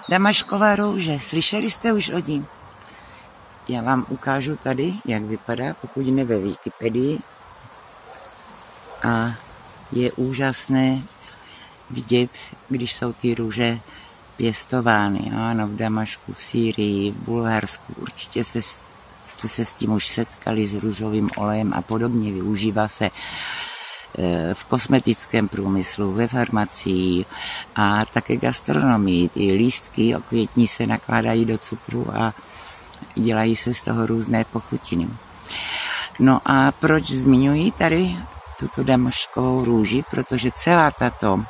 Damašková růže, slyšeli jste už o ní? Já vám ukážu tady, jak vypadá, pokud ne ve Wikipedii. A je úžasné vidět, když jsou ty růže pěstovány. Ano, v Damašku, v Sýrii, v Bulharsku. Určitě jste se s tím už setkali, s růžovým olejem a podobně. Využívá se v kosmetickém průmyslu, ve farmacii a také gastronomii. Ty lístky okvětní se nakládají do cukru a dělají se z toho různé pochutiny. No a proč zmiňuji tady tuto damaškovou růži? Protože celá tato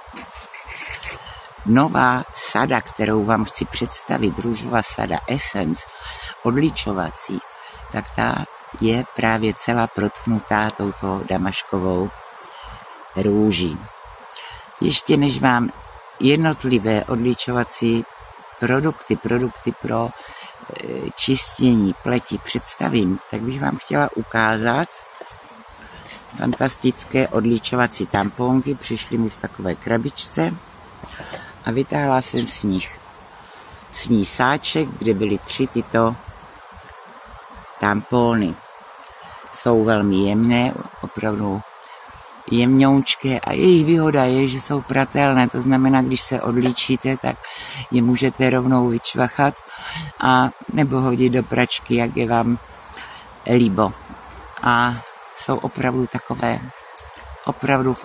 nová sada, kterou vám chci představit, růžová sada Essence, odličovací, tak ta je právě celá protchnutá touto damaškovou růží. Ještě než vám jednotlivé odličovací produkty pro čištění pleti představím, tak bych vám chtěla ukázat fantastické odličovací tamponky. Přišly mi v takové krabičce a vytáhla jsem z ní sáček, kde byly 3 tyto tampony. Jsou velmi jemné, opravdu jemňoučké a jejich výhoda je, že jsou pratelné, to znamená, když se odlíčíte, tak je můžete rovnou vyčvachat a nebo hodit do pračky, jak je vám líbo. A jsou opravdu takové, opravdu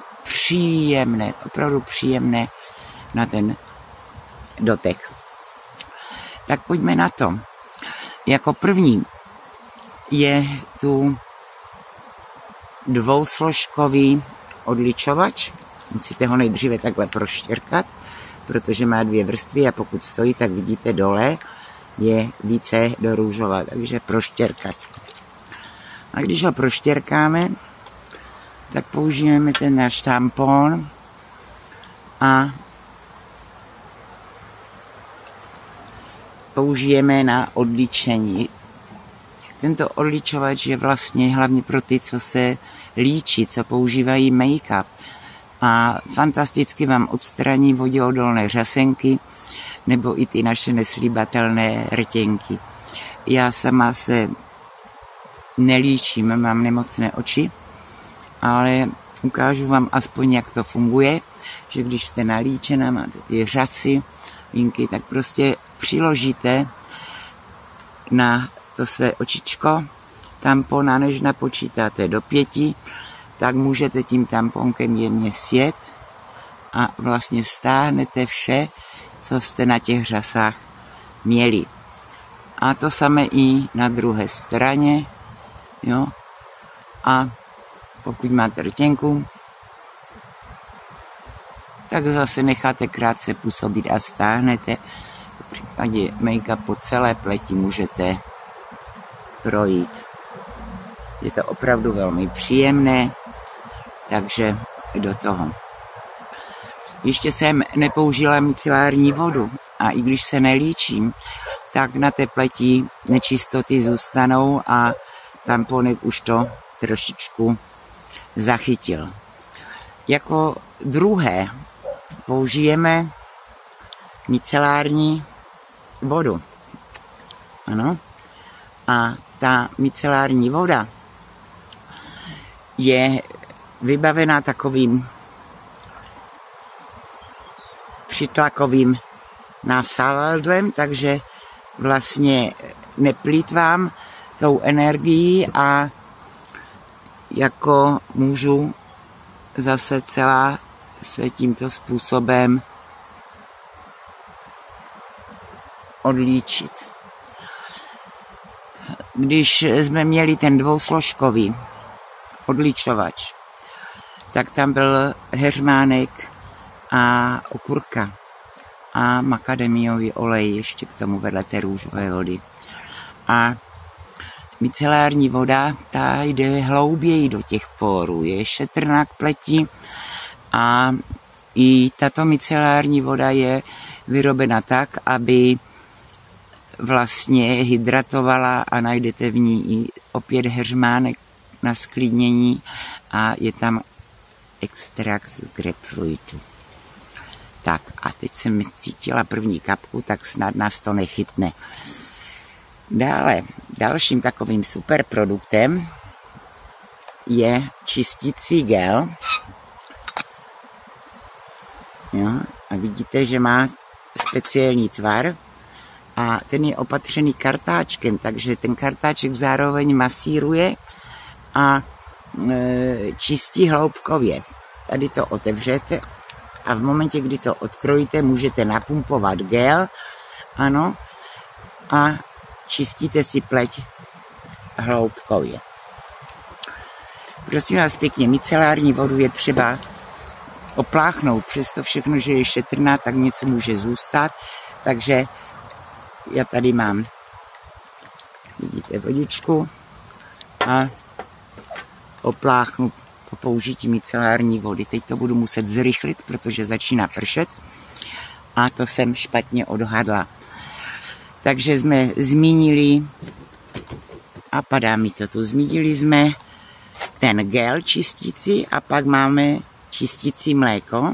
příjemné na ten dotek. Tak pojďme na to. Jako první je tu dvousložkový odličovač. Musíte ho nejdříve takhle proštěrkat, protože má 2 vrstvy a pokud stojí, tak vidíte dole, je více do růžova, takže proštěrkat. A když ho proštěrkáme, tak použijeme ten náš tampon a použijeme na odličení. Tento odličovač je vlastně hlavně pro ty, co se líčí, co používají make-up. A fantasticky vám odstraní voděodolné řasenky nebo i ty naše neslíbatelné rtěnky. Já sama se nelíčím, mám nemocné oči, ale ukážu vám aspoň, jak to funguje, že když jste nalíčena, máte ty řasy, vinky, tak prostě přiložíte na to své očičko tampon, a než napočítáte do 5, tak můžete tím tamponkem jemně sjet a vlastně stáhnete vše, co jste na těch řasách měli. A to samé i na druhé straně, jo. A pokud máte rtěnku, tak zase necháte krátce působit a stáhnete. V případě make-up po celé pleti můžete projít. Je to opravdu velmi příjemné, takže do toho. Ještě jsem nepoužila micelární vodu a i když se nelíčím, tak na té pleti nečistoty zůstanou a tamponek už to trošičku zachytil. Jako druhé použijeme micelární vodu. Ano. A ta micelární voda je vybavená takovým přitlakovým násávadlem, takže vlastně neplýtvám tou energií a jako můžu zase celá se tímto způsobem odlíčit. Když jsme měli ten dvousložkový odličovač, tak tam byl heřmánek a okurka a makademiový olej ještě k tomu vedle té růžové vody. A micelární voda, ta jde hlouběji do těch pórů, je šetrná k pleti a i tato micelární voda je vyrobena tak, aby vlastně hydratovala a najdete v ní i opět heřmánek na sklidnění a je tam extrakt z grapefruitu. Tak a teď jsem cítila první kapku, tak snad nás to nechytne. Dále, dalším takovým super produktem je čistící gel. Jo, a vidíte, že má speciální tvar a ten je opatřený kartáčkem, takže ten kartáček zároveň masíruje a čistí hloubkově. Tady to otevřete a v momentě, kdy to odkrojíte, můžete napumpovat gel, ano, a čistíte si pleť hloubkově. Prosím vás pěkně, micelární vodu je třeba opláchnout. Přesto všechno, že je šetrná, tak něco může zůstat. Takže já tady mám, vidíte, vodičku a opláchnu po použití micelární vody. Teď to budu muset zrychlit, protože začíná pršet a to jsem špatně odhadla. Takže jsme zmínili, a padá mi to tu, zmínili jsme ten gel čistící a pak máme čistící mléko.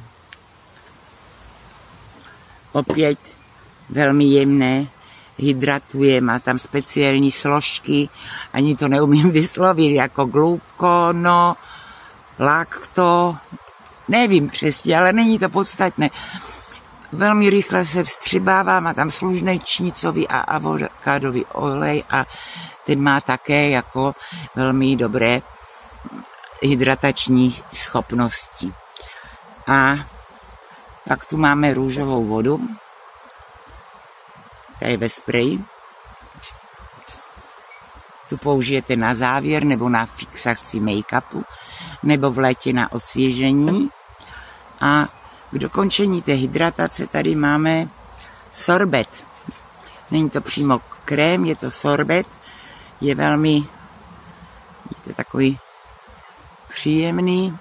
Opět velmi jemné, hydratuje, má tam speciální složky, ani to neumím vyslovit, jako glukono, lakto, nevím přesně, ale není to podstatné. Velmi rychle se vstřibává, má tam slunečnicový a avokádový olej a ten má také jako velmi dobré hydratační schopnosti. A pak tu máme růžovou vodu, ta je ve spreji. Tu použijete na závěr nebo na fixaci make-upu, nebo v létě na osvěžení. A k dokončení té hydratace tady máme sorbet. Není to přímo krém, je to sorbet. Je velmi, je takový příjemný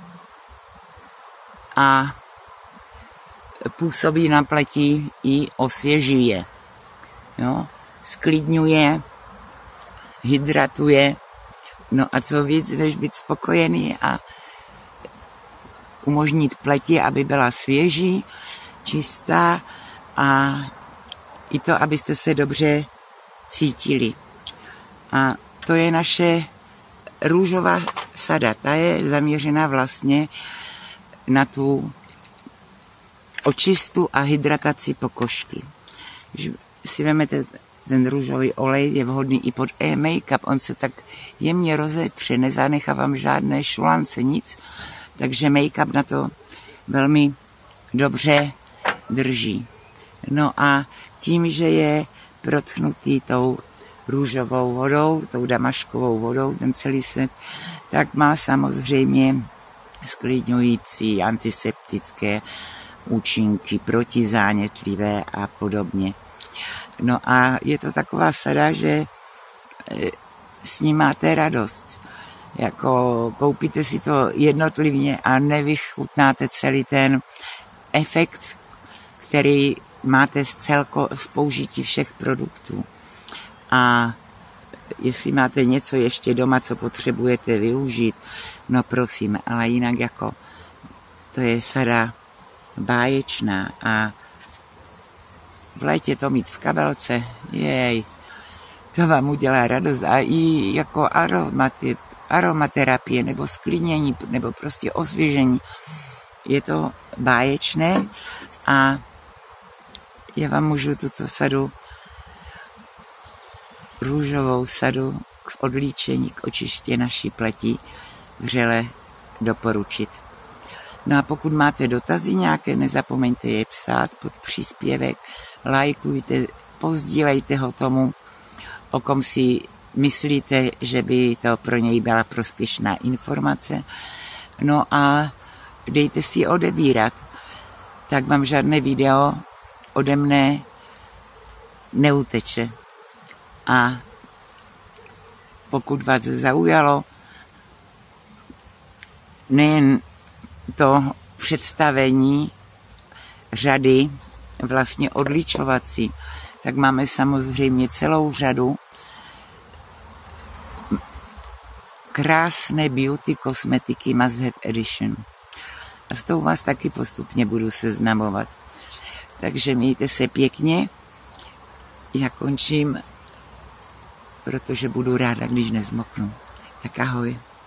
a působí na pleti i osvěžuje. Jo? Sklidňuje, hydratuje. No a co víc, než být spokojený a umožnit pleti, aby byla svěží, čistá a i to, abyste se dobře cítili. A to je naše růžová sada. Ta je zaměřená vlastně na tu očistu a hydrataci pokožky. Když si vezmete ten růžový olej, je vhodný i pod make-up. On se tak jemně rozetře, nezanechá vám žádné šulance, nic. Takže make-up na to velmi dobře drží. No a tím, že je protchnutý tou růžovou vodou, tou damaškovou vodou, ten celý set, tak má samozřejmě sklidňující, antiseptické účinky, protizánětlivé a podobně. No a je to taková sada, že s ní máte radost. Jako koupíte si to jednotlivně a nevychutnáte celý ten efekt, který máte z použití všech produktů. A jestli máte něco ještě doma, co potřebujete využít, no prosím, ale jinak jako to je sada báječná a v létě to mít v kabelce, jej, to vám udělá radost a i jako aromaterapie nebo sklidnění nebo prostě osvěžení. Je to báječné a já vám můžu tuto sadu, růžovou sadu k odlíčení, k očiště naší pleti vřele doporučit. No a pokud máte dotazy nějaké, nezapomeňte je psát pod příspěvek, lajkujte, pozdílejte ho tomu, o kom si myslíte, že by to pro něj byla prospěšná informace. No a dejte si odebírat, tak vám žádné video ode mne neuteče. A pokud vás zaujalo nejen to představení řady vlastně odličovací, tak máme samozřejmě celou řadu krásné beauty kosmetiky Must Have Edition. A s tou vás taky postupně budu seznamovat. Takže mějte se pěkně. Já končím, protože budu ráda, když nezmoknu. Tak ahoj.